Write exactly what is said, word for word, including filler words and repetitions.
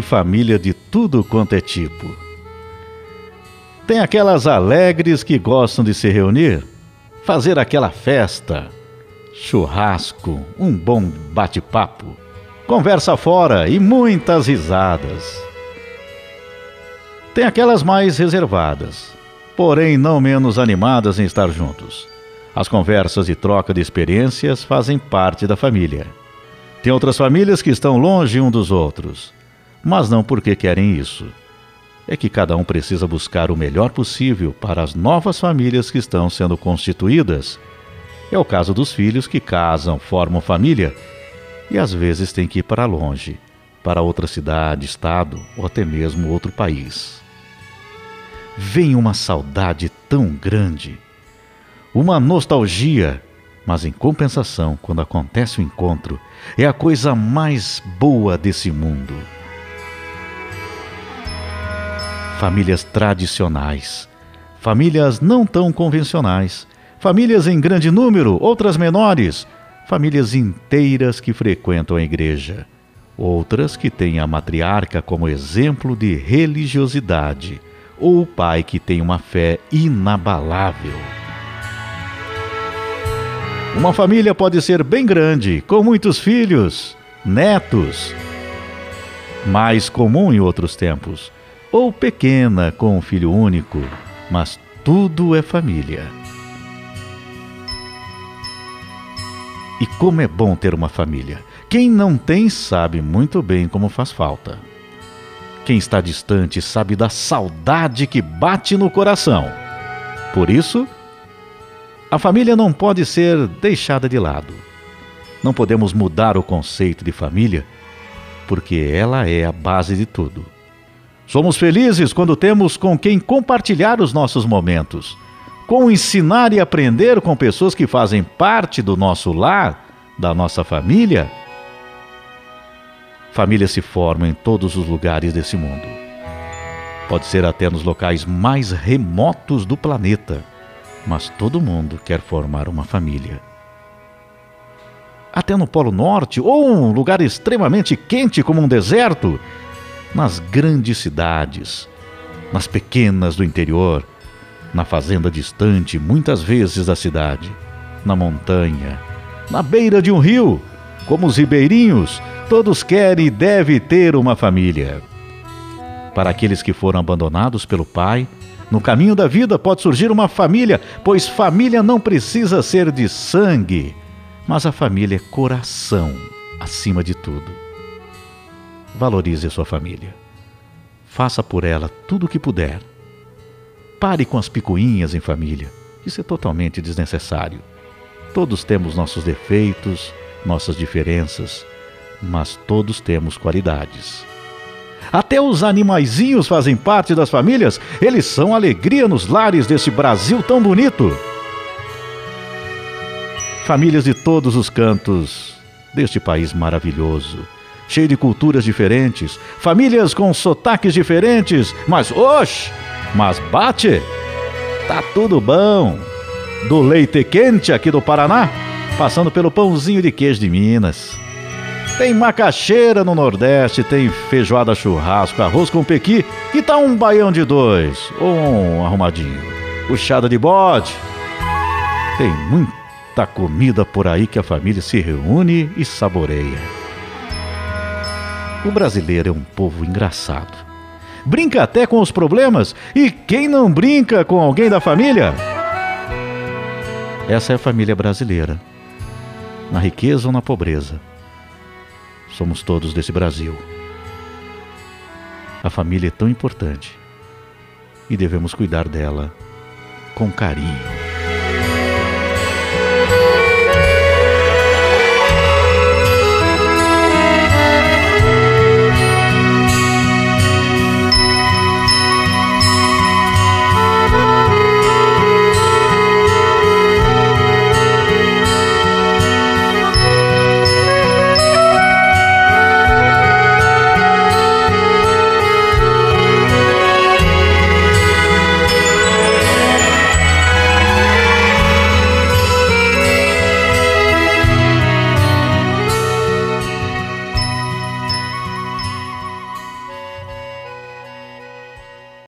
família de tudo quanto é tipo. Tem aquelas alegres que gostam de se reunir, fazer aquela festa, churrasco, um bom bate-papo, conversa fora e muitas risadas. Tem aquelas mais reservadas, porém não menos animadas em estar juntos. As conversas e troca de experiências fazem parte da família. Tem outras famílias que estão longe um dos outros, mas não porque querem isso. É que cada um precisa buscar o melhor possível para as novas famílias que estão sendo constituídas. É o caso dos filhos que casam, formam família e às vezes têm que ir para longe, para outra cidade, estado ou até mesmo outro país. Vem uma saudade tão grande, uma nostalgia, mas em compensação, quando acontece o encontro, é a coisa mais boa desse mundo. Famílias tradicionais, famílias não tão convencionais, famílias em grande número, outras menores, famílias inteiras que frequentam a igreja, outras que têm a matriarca como exemplo de religiosidade, ou o pai que tem uma fé inabalável. Uma família pode ser bem grande, com muitos filhos, netos, mais comum em outros tempos, ou pequena, com um filho único, mas tudo é família. E como é bom ter uma família. Quem não tem sabe muito bem como faz falta. Quem está distante sabe da saudade que bate no coração. Por isso, a família não pode ser deixada de lado. Não podemos mudar o conceito de família, porque ela é a base de tudo. Somos felizes quando temos com quem compartilhar os nossos momentos, com ensinar e aprender com pessoas que fazem parte do nosso lar, da nossa família. Famílias se formam em todos os lugares desse mundo. Pode ser até nos locais mais remotos do planeta, mas todo mundo quer formar uma família. Até no Polo Norte, ou um lugar extremamente quente como um deserto, nas grandes cidades, nas pequenas do interior, na fazenda distante, muitas vezes da cidade, na montanha, na beira de um rio, como os ribeirinhos, todos querem e devem ter uma família. Para aqueles que foram abandonados pelo pai, no caminho da vida pode surgir uma família, pois família não precisa ser de sangue, mas a família é coração, acima de tudo. Valorize a sua família. Faça por ela tudo o que puder. Pare com as picuinhas em família. Isso é totalmente desnecessário. Todos temos nossos defeitos, nossas diferenças, mas todos temos qualidades. Até os animaizinhos fazem parte das famílias. Eles são alegria nos lares desse Brasil tão bonito. Famílias de todos os cantos deste país maravilhoso, cheio de culturas diferentes, famílias com sotaques diferentes, mas oxe, mas bate, tá tudo bom. Do leite quente aqui do Paraná, passando pelo pãozinho de queijo de Minas. Tem macaxeira no Nordeste, tem feijoada churrasco, arroz com pequi, e tá um baião de dois, ou um arrumadinho, puxada de bode. Tem muita comida por aí que a família se reúne e saboreia. O brasileiro é um povo engraçado. Brinca até com os problemas. E quem não brinca com alguém da família? Essa é a família brasileira. Na riqueza ou na pobreza, somos todos desse Brasil. A família é tão importante e devemos cuidar dela com carinho.